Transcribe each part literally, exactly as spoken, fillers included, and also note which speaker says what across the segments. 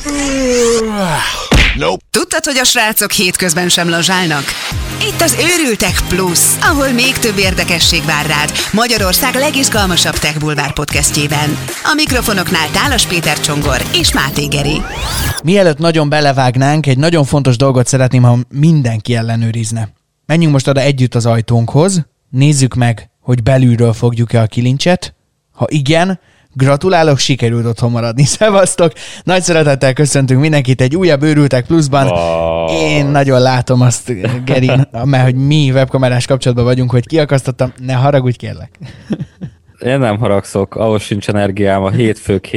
Speaker 1: Nope. Tudtad, hogy a srácok hétközben sem lazsálnak? Itt az Őrültek Plus, ahol még több érdekesség vár rád Magyarország legizgalmasabb Tech Bulvár podcastjében. A mikrofonoknál Tálas Péter Csongor és Máté Geri.
Speaker 2: Mielőtt nagyon belevágnánk, egy nagyon fontos dolgot szeretném, ha mindenki ellenőrizne. Menjünk most oda együtt az ajtónkhoz, nézzük meg, hogy belülről fogjuk-e a kilincset. Ha igen, gratulálok, sikerült otthon maradni. Szevasztok! Nagy szeretettel köszöntünk mindenkit egy újabb Őrültek Pluszban. Oh. Én nagyon látom azt, Gerin, mert hogy mi webkamerás kapcsolatban vagyunk, hogy kiakasztottam. Ne haragudj, kérlek.
Speaker 3: Én nem haragszok, ahhoz sincs energiám. A hétfők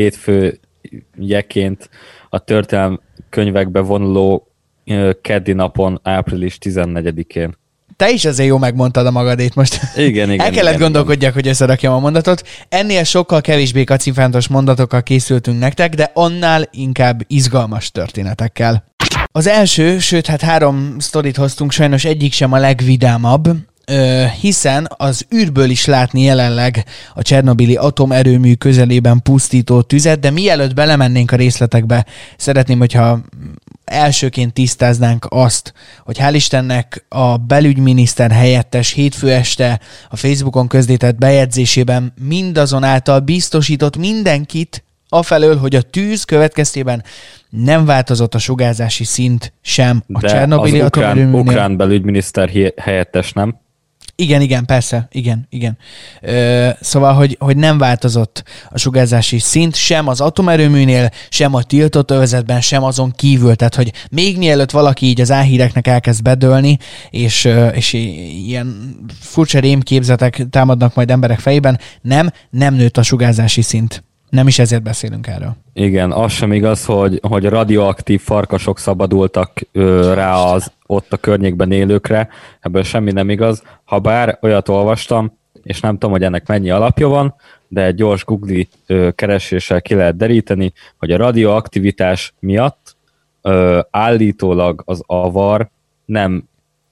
Speaker 3: hétfőjeként a történelem könyvekbe vonuló keddi napon, április tizennegyedikén.
Speaker 2: Te is azért jó megmondtad a magadét most.
Speaker 3: Igen, igen.
Speaker 2: El kellett
Speaker 3: igen,
Speaker 2: gondolkodjak, igen. hogy összerakjam a mondatot. Ennél sokkal kevésbé kacifántos mondatokkal készültünk nektek, de annál inkább izgalmas történetekkel. Az első, sőt, hát három sztorit hoztunk, sajnos egyik sem a legvidámabb, hiszen az űrből is látni jelenleg a csernobili atomerőmű közelében pusztító tüzet, de mielőtt belemennénk a részletekbe, szeretném, hogyha elsőként tisztáznánk azt, hogy hál' Istennek a belügyminiszter helyettes hétfő este a Facebookon közzétett bejegyzésében mindazonáltal biztosított mindenkit afelől, hogy a tűz következtében nem változott a sugárzási szint sem a csernobili atomerőműnél.
Speaker 3: De az ukrán belügyminiszter helyettes, nem?
Speaker 2: Igen, igen, persze, igen, igen. Ö, szóval, hogy, hogy nem változott a sugárzási szint sem az atomerőműnél, sem a tiltott övezetben, sem azon kívül. Tehát, hogy még mielőtt valaki így az álhíreknek elkezd bedőlni, és, és ilyen furcsa rémképzetek támadnak majd emberek fejében, nem, nem nőtt a sugárzási szint. Nem is ezért beszélünk erről.
Speaker 3: Igen, az sem igaz, hogy, hogy radioaktív farkasok szabadultak ö, rá az ott a környékben élőkre, ebből semmi nem igaz. Habár olyat olvastam, és nem tudom, hogy ennek mennyi alapja van, de egy gyors Google ö, kereséssel ki lehet deríteni, hogy a radioaktivitás miatt ö, állítólag az avar nem,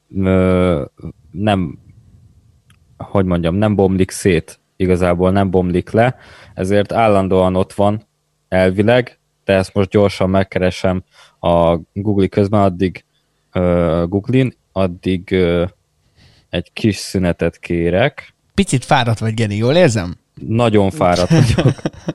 Speaker 3: ö, nem, hogy mondjam, nem bomlik szét, igazából nem bomlik le, ezért állandóan ott van elvileg, de ezt most gyorsan megkeresem a Google közben, addig uh, Google-in, addig uh, egy kis szünetet kérek.
Speaker 2: Picit fáradt vagy, Geri, jól érzem?
Speaker 3: Nagyon fáradt vagyok.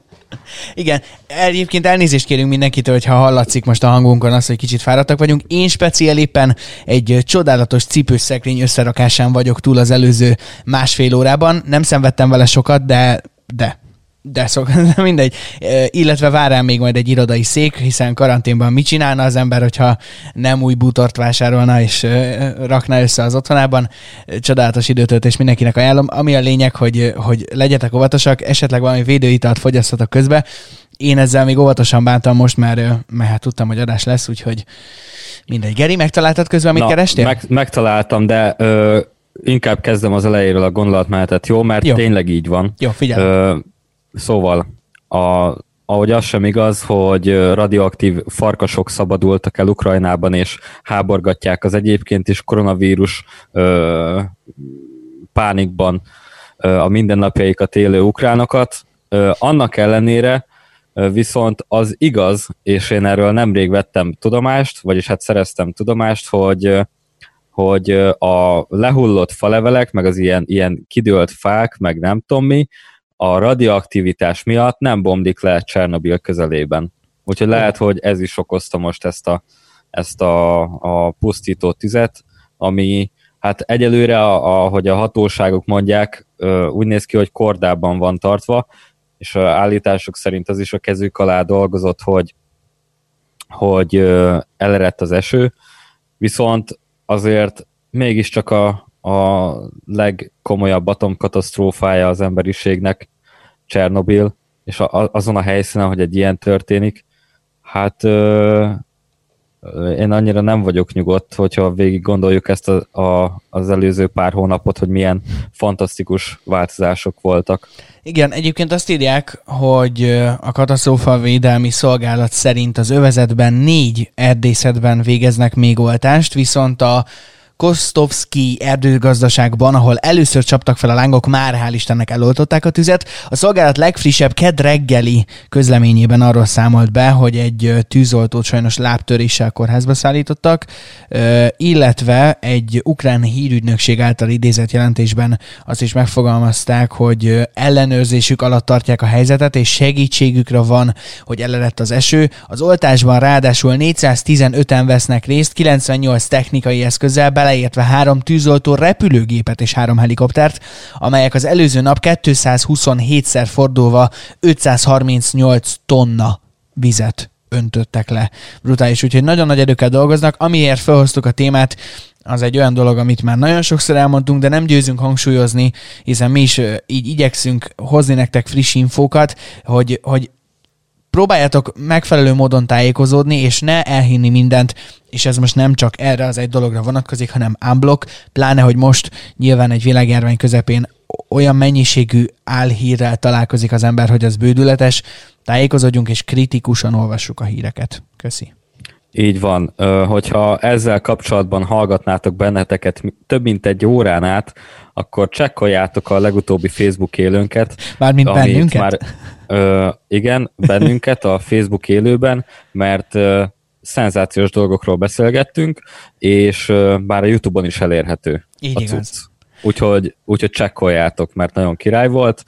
Speaker 2: Igen, egyébként elnézést kérünk mindenkitől, hogyha hallatszik most a hangunkon az, hogy kicsit fáradtak vagyunk. Én speciál éppen egy csodálatos cipőszekrény összerakásán vagyok túl az előző másfél órában. Nem szenvedtem vele sokat, de... de. De szok, mindegy. Illetve vár rám még majd egy irodai szék, hiszen karanténban mit csinálna az ember, hogyha nem új bútort vásárolna és rakná össze az otthonában. Csodálatos időtöltés mindenkinek ajánlom. Ami a lényeg, hogy, hogy legyetek óvatosak, esetleg valami védőitalt fogyasztatok közbe. Én ezzel még óvatosan bántam most, mert, mert hát tudtam, hogy adás lesz, úgyhogy mindegy. Geri, megtaláltad közben, amit Na, kerestél?
Speaker 3: Meg, megtaláltam, de ö, inkább kezdem az elejéről a gondolatmenetet, jó? Mert jó. Tényleg így van.
Speaker 2: Jó, figyelj. Ö,
Speaker 3: Szóval, a, ahogy az sem igaz, hogy radioaktív farkasok szabadultak el Ukrajnában, és háborgatják az egyébként is koronavírus ö, pánikban ö, a mindennapjaikat élő ukránokat. Ö, annak ellenére ö, viszont az igaz, és én erről nemrég vettem tudomást, vagyis hát szereztem tudomást, hogy, hogy a lehullott falevelek, meg az ilyen, ilyen kidőlt fák, meg nem tudom mi, a radioaktivitás miatt nem bomlik le Csernobil közelében. Úgyhogy lehet, hogy ez is okozta most ezt a, ezt a, a pusztító tüzet, ami hát egyelőre, ahogy a hatóságok mondják, úgy néz ki, hogy kordában van tartva, és a állítások szerint az is a kezük alá dolgozott, hogy, hogy elerett az eső, viszont azért mégiscsak a, a legkomolyabb atomkatasztrófája az emberiségnek Csernobil, és a, azon a helyszínen, hogy egy ilyen történik, hát ö, én annyira nem vagyok nyugodt, hogyha végig gondoljuk ezt a, a, az előző pár hónapot, hogy milyen fantasztikus változások voltak.
Speaker 2: Igen, egyébként azt írják, hogy a katasztrófavédelmi szolgálat szerint az övezetben négy erdészetben végeznek még oltást, viszont a Kostovszki erdőgazdaságban, ahol először csaptak fel a lángok, már hál' Istennek eloltották a tüzet. A szolgálat legfrissebb kedd reggeli közleményében arról számolt be, hogy egy tűzoltót sajnos lábtöréssel kórházba szállítottak, illetve egy ukrán hírügynökség által idézett jelentésben azt is megfogalmazták, hogy ellenőrzésük alatt tartják a helyzetet, és segítségükre van, hogy elerett az eső. Az oltásban ráadásul négyszáztizenöten vesznek részt, kilencvennyolc technikai eszközzel, beleértve három tűzoltó repülőgépet és három helikoptert, amelyek az előző nap kétszázhuszonhétszer fordulva ötszázharmincnyolc tonna vizet öntöttek le. Brutális, úgyhogy nagyon nagy erőkkel dolgoznak. Amiért felhoztuk a témát, az egy olyan dolog, amit már nagyon sokszor elmondtunk, de nem győzünk hangsúlyozni, hiszen mi is így igyekszünk hozni nektek friss infókat, hogy, hogy próbáljátok megfelelő módon tájékozódni, és ne elhinni mindent, és ez most nem csak erre az egy dologra vonatkozik, hanem unblock, pláne, hogy most nyilván egy világjárvány közepén olyan mennyiségű álhírrel találkozik az ember, hogy az bődületes, tájékozódjunk és kritikusan olvassuk a híreket. Köszi.
Speaker 3: Így van. Hogyha ezzel kapcsolatban hallgatnátok benneteket több mint egy órán át, akkor csekkoljátok a legutóbbi Facebook élőnket.
Speaker 2: Mármint bennünket? Már,
Speaker 3: ö, igen, bennünket a Facebook élőben, mert ö, szenzációs dolgokról beszélgettünk, és ö, bár a YouTube-on is elérhető.
Speaker 2: Így
Speaker 3: a
Speaker 2: igaz.
Speaker 3: cucc. Úgyhogy, úgyhogy csekkoljátok, mert nagyon király volt.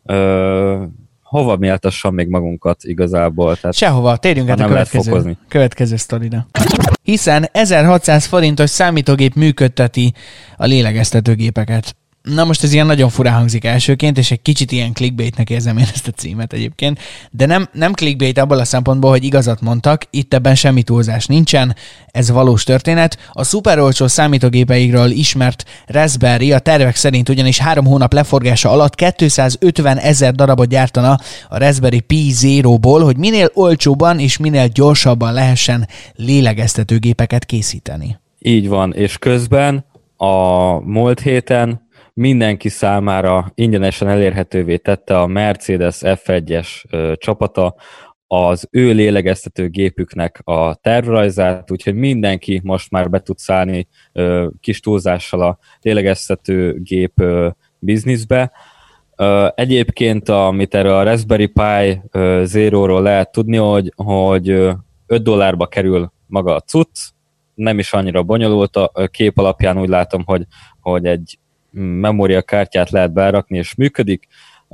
Speaker 3: Ö, hova méltassam még magunkat igazából? Tehát
Speaker 2: sehova, térjünk át a következő, következő sztorira. Hiszen ezerhatszáz forintos számítógép működteti a lélegeztetőgépeket. Na most ez ilyen nagyon furán hangzik elsőként, és egy kicsit ilyen clickbaitnek érzem én ezt a címet egyébként, de nem, nem clickbait abból a szempontból, hogy igazat mondtak, itt ebben semmi túlzás nincsen, ez valós történet. A szuperolcsó számítógépeikről ismert Raspberry a tervek szerint ugyanis három hónap leforgása alatt kétszázötven ezer darabot gyártana a Raspberry Pi Zero-ból, hogy minél olcsóbban és minél gyorsabban lehessen lélegeztetőgépeket készíteni. Így van, és közben a múlt héten mindenki számára ingyenesen elérhetővé tette a Mercedes ef egyes ö, csapata az ő lélegeztető gépüknek a tervrajzát, úgyhogy mindenki most már be tud szállni ö, kis túlzással a lélegeztető gép ö, bizniszbe. Ö, egyébként, amit erről a Raspberry Pi ö, Zero-ról lehet tudni, hogy, hogy öt dollárba kerül maga a cucc, nem is annyira bonyolult, a kép alapján úgy látom, hogy, hogy egy memóriakártyát lehet berakni, és működik.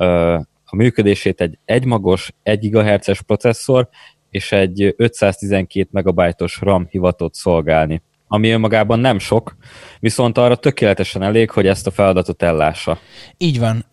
Speaker 2: A működését egy egymagos, egy gigahertzes processzor és egy ötszáztizenkét megabájtos RAM hivatott szolgálni, ami önmagában nem sok, viszont arra tökéletesen elég, hogy ezt a feladatot ellássa. Így van.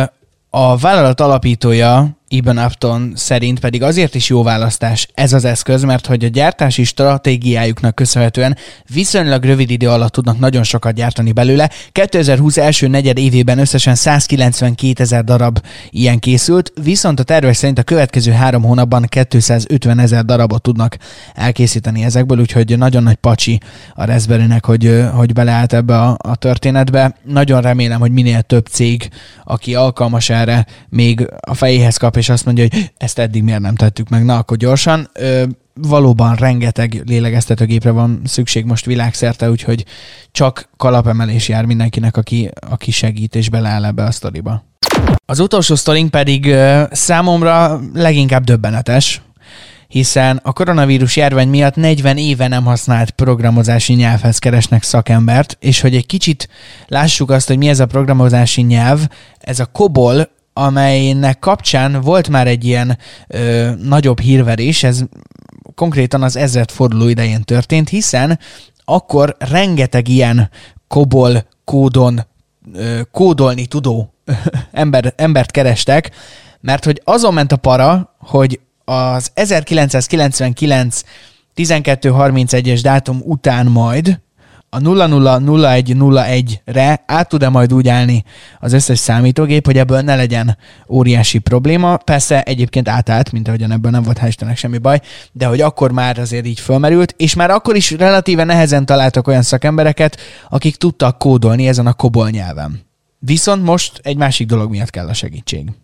Speaker 2: A vállalat alapítója, Eben Upton szerint pedig azért is jó választás ez az eszköz, mert hogy a gyártási stratégiájuknak köszönhetően viszonylag rövid idő alatt tudnak nagyon sokat gyártani belőle. kétezer-húsz első negyed évében összesen százkilencvenkétezer darab ilyen készült, viszont a tervek szerint a következő három hónapban kétszázötven ezer darabot tudnak elkészíteni ezekből, úgyhogy nagyon nagy pacsi a Raspberrynek, hogy, hogy beleállt ebbe a, a történetbe. Nagyon remélem, hogy minél több cég, aki alkalmas erre, még a fejéhez kap, és azt mondja, hogy ezt eddig miért nem tettük meg, na akkor gyorsan. Ö, valóban rengeteg lélegeztetőgépre van szükség most világszerte, úgyhogy csak kalapemelés jár mindenkinek, aki, aki segít és beleáll ebbe a sztoriba. Az utolsó sztorink pedig ö, számomra leginkább döbbenetes, hiszen a koronavírus járvány miatt negyven éve nem használt programozási nyelvhez keresnek szakembert, és hogy egy kicsit lássuk azt, hogy mi ez a programozási nyelv, ez a COBOL, amelynek kapcsán volt már egy ilyen ö, nagyobb hírverés, ez konkrétan az ezredforduló idején történt, hiszen akkor rengeteg ilyen COBOL kódon ö, kódolni tudó ember, embert kerestek, mert hogy azon ment a para, hogy az ezerkilencszázkilencvenkilenc tizenkettő harmincegyes dátum után majd a nulla nulla nulla egy nulla egyre át tud-e majd úgy állni az összes számítógép, hogy ebből ne legyen óriási probléma. Persze egyébként átállt, mint ahogyan ebből nem volt hál' Istennek semmi baj, de hogy akkor már azért így fölmerült, és már akkor is relatíve nehezen találtak olyan szakembereket, akik tudtak kódolni ezen a COBOL nyelven. Viszont most egy másik dolog miatt kell a segítség.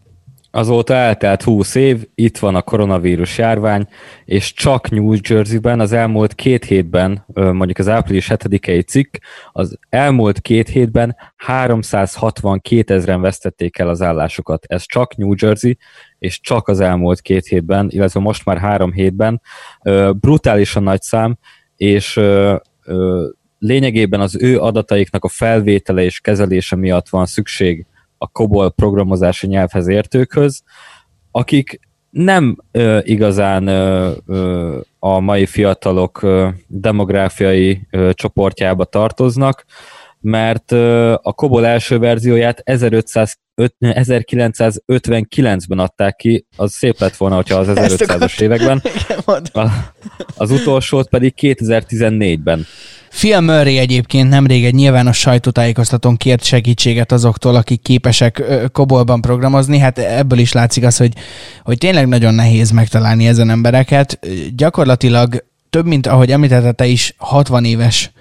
Speaker 3: Azóta eltelt húsz év, itt van a koronavírus járvány, és csak New Jerseyben az elmúlt két hétben, mondjuk az április hetedikei cikk, az elmúlt két hétben háromszázhatvankétezren vesztették el az állásukat. Ez csak New Jersey, és csak az elmúlt két hétben, illetve most már három hétben. Brutálisan nagy szám, és lényegében az ő adataiknak a felvétele és kezelése miatt van szükség a COBOL programozási nyelvhez értőkhöz, akik nem ö, igazán ö, ö, a mai fiatalok ö, demográfiai ö, csoportjába tartoznak, mert ö, a COBOL első verzióját ezerkilencszázötvenkilencben adták ki, az szép lett volna, hogyha az ezerötszázas években, a, az utolsót pedig kétezer-tizennégyben.
Speaker 2: Phil Murray egyébként nemrég egy nyilvános sajtótájékoztatón kért segítséget azoktól, akik képesek COBOL-ban programozni. Hát ebből is látszik az, hogy, hogy tényleg nagyon nehéz megtalálni ezen embereket. Gyakorlatilag több, mint ahogy említette te is, hatvan éves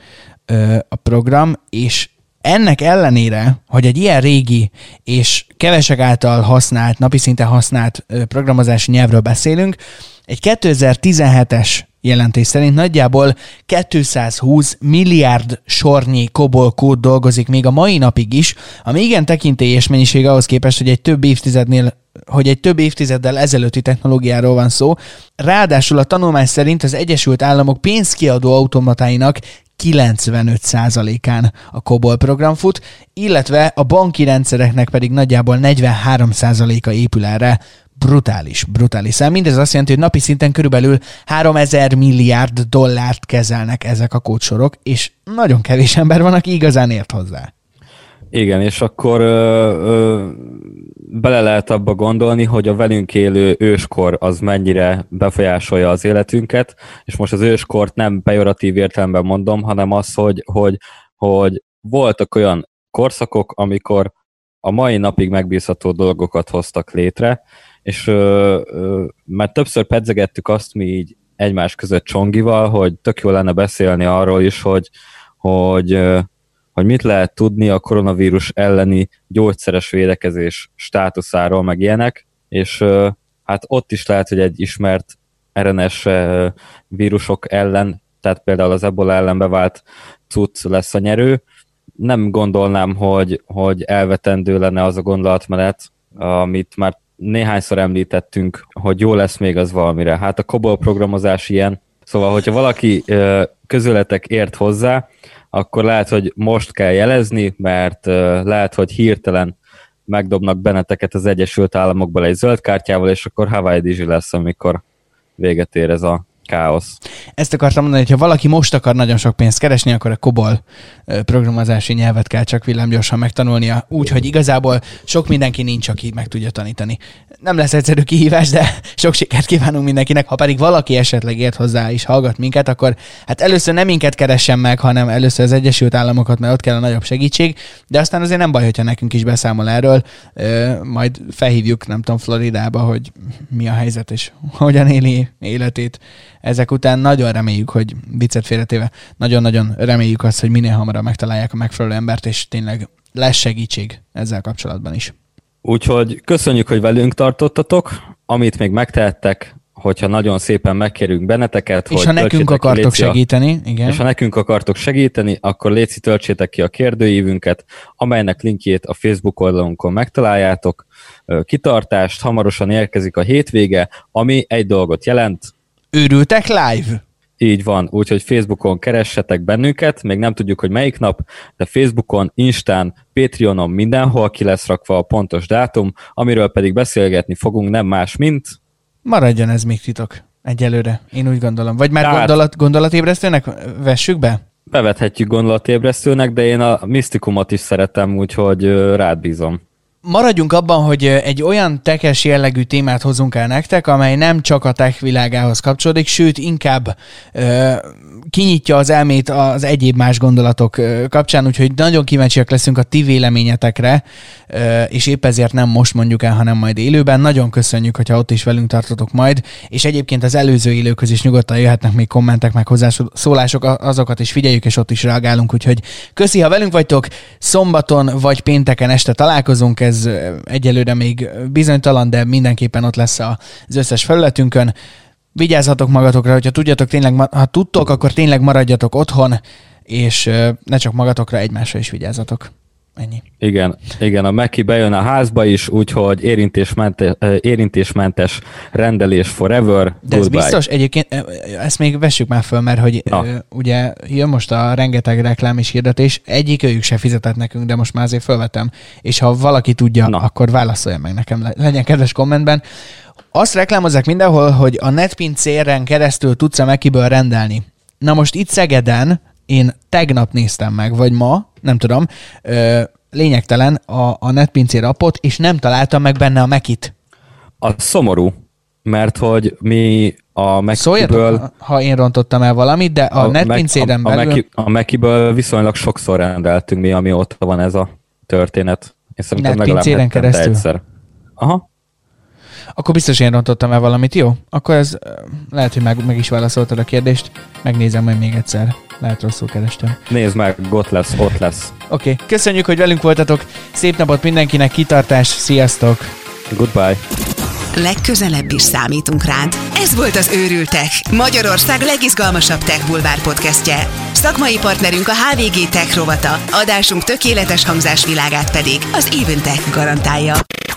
Speaker 2: a program, és ennek ellenére, hogy egy ilyen régi és kevesek által használt, napi szinten használt programozási nyelvről beszélünk, egy kétezer-tizenhetes jelentés szerint nagyjából kétszázhúsz milliárd sornyi COBOL kód dolgozik még a mai napig is, ami igen tekintélyes mennyiség ahhoz képest, hogy egy több évtizednél hogy egy több évtizeddel ezelőtti technológiáról van szó. Ráadásul a tanulmány szerint az Egyesült Államok pénzkiadó automatáinak kilencvenöt százalékán a COBOL program fut, illetve a banki rendszereknek pedig nagyjából negyvenhárom százaléka épül erre. Brutális, brutális szám. Mindez azt jelenti, hogy napi szinten körülbelül háromezer milliárd dollárt kezelnek ezek a kódsorok, és nagyon kevés ember van, aki igazán ért hozzá.
Speaker 3: Igen, és akkor ö, ö, bele lehet abba gondolni, hogy a velünk élő őskor az mennyire befolyásolja az életünket, és most az őskort nem pejoratív értelemben mondom, hanem az, hogy, hogy, hogy voltak olyan korszakok, amikor a mai napig megbízható dolgokat hoztak létre, és ö, ö, mert többször pedzegettük azt mi így egymás között Csongival, hogy tök jó lenne beszélni arról is, hogy, hogy, ö, hogy mit lehet tudni a koronavírus elleni gyógyszeres védekezés státuszáról, meg ilyenek, és ö, hát ott is lehet, hogy egy ismert er en es ö, vírusok ellen, tehát például az ebola ellen bevált cucc lesz a nyerő. Nem gondolnám, hogy, hogy elvetendő lenne az a gondolatmenet, amit már néhányszor említettünk, hogy jó lesz még az valamire. Hát a COBOL programozás ilyen. Szóval, hogyha valaki közületek ért hozzá, akkor lehet, hogy most kell jelezni, mert lehet, hogy hirtelen megdobnak benneteket az Egyesült Államokból egy zöld kártyával, és akkor Hawaii Dizsi lesz, amikor véget ér ez a káosz.
Speaker 2: Ezt akartam mondani, hogy ha valaki most akar nagyon sok pénzt keresni, akkor a COBOL programozási nyelvet kell csak villámgyorsan megtanulnia, úgyhogy igazából sok mindenki nincs, aki meg tudja tanítani. Nem lesz egyszerű kihívás, de sok sikert kívánunk mindenkinek. Ha pedig valaki esetleg ért hozzá és hallgat minket, akkor hát először nem minket keressen meg, hanem először az Egyesült Államokat, mert ott kell a nagyobb segítség, de aztán azért nem baj, hogyha nekünk is beszámol erről, majd felhívjuk, nem tudom, Floridába, hogy mi a helyzet és hogyan éli életét. Ezek után nagyon reméljük, hogy viccet félretéve, nagyon-nagyon reméljük azt, hogy minél hamarabb megtalálják a megfelelő embert, és tényleg lesz segítség ezzel kapcsolatban is.
Speaker 3: Úgyhogy köszönjük, hogy velünk tartottatok, amit még megtehettek, hogyha nagyon szépen megkérünk benneteket.
Speaker 2: És
Speaker 3: hogy
Speaker 2: ha nekünk akartok segíteni, igen.
Speaker 3: És ha nekünk akartok segíteni, akkor léci töltsétek ki a kérdőívünket, amelynek linkjét a Facebook oldalunkon megtaláljátok. Kitartást, hamarosan érkezik a hétvége, ami egy dolgot jelent.
Speaker 2: Őrültek live?
Speaker 3: Így van, úgyhogy Facebookon keressetek bennünket, még nem tudjuk, hogy melyik nap, de Facebookon, Instán, Patreonon mindenhol ki lesz rakva a pontos dátum, amiről pedig beszélgetni fogunk, nem más, mint...
Speaker 2: Maradjon ez még titok egyelőre, én úgy gondolom. Vagy már Tehát... gondolat, gondolatébresztőnek vessük be?
Speaker 3: Bevethetjük gondolatébresztőnek, de én a misztikumot is szeretem, úgyhogy rád bízom.
Speaker 2: Maradjunk abban, hogy egy olyan tekes jellegű témát hozunk el nektek, amely nem csak a tech világához kapcsolódik, sőt, inkább ö, kinyitja az elmét az egyéb más gondolatok ö, kapcsán, úgyhogy nagyon kíváncsiak leszünk a ti véleményetekre, ö, és épp ezért nem most mondjuk el, hanem majd élőben. Nagyon köszönjük, hogyha ott is velünk tartotok majd, és egyébként az előző élőkhöz is nyugodtan jöhetnek még kommentek, meg hozzászólások, azokat is figyeljük, és ott is reagálunk, úgyhogy köszi, ha velünk vagytok, szombaton vagy pénteken este találkozunk, ez egyelőre még bizonytalan, de mindenképpen ott lesz az összes felületünkön. Vigyázzatok magatokra, hogyha tudjatok tényleg, ha tudtok, akkor tényleg maradjatok otthon, és ne csak magatokra, egymásra is vigyázzatok. Ennyi.
Speaker 3: Igen, igen, a Meki bejön a házba is, úgyhogy érintésmentes, érintésmentes rendelés forever.
Speaker 2: De ez biztos, egyébként ezt még vessük már föl, mert hogy Na. ugye jön most a rengeteg reklám és hirdetés, egyik őjük se fizetett nekünk, de most már azért fölvetem, és ha valaki tudja, Na. akkor válaszolja meg nekem, legyen kedves kommentben. Azt reklámozzák mindenhol, hogy a netpincéren keresztül tudsz a Mekiből rendelni. Na most itt Szegeden én tegnap néztem meg, vagy ma, nem tudom, ö, lényegtelen a, a netpincér appot, és nem találtam meg benne a Mekit.
Speaker 3: A szomorú, mert hogy mi a Mekiből...
Speaker 2: Szóljatok, ha én rontottam el valamit, de a, a netpincéren belül... A, Meki,
Speaker 3: a Mekiből viszonylag sokszor rendeltünk mi, amióta van ez a történet. Én szerintem
Speaker 2: netpincéren keresztül?
Speaker 3: Egyszer. Aha.
Speaker 2: Akkor biztos én rontottam el valamit, jó? Akkor ez lehet, hogy meg, meg is válaszoltad a kérdést. Megnézem majd még egyszer. Lehet rosszul kerestem.
Speaker 3: Nézd meg, ott lesz, ott lesz.
Speaker 2: Oké, okay. Köszönjük, hogy velünk voltatok. Szép napot mindenkinek, kitartás, sziasztok!
Speaker 3: Goodbye!
Speaker 1: Legközelebb is számítunk rád. Ez volt az Őrültek, Magyarország legizgalmasabb Tech Bulvár podcastje. Szakmai partnerünk a há vé gé Tech rovata, adásunk tökéletes hangzásvilágát pedig az Even Tech garantálja.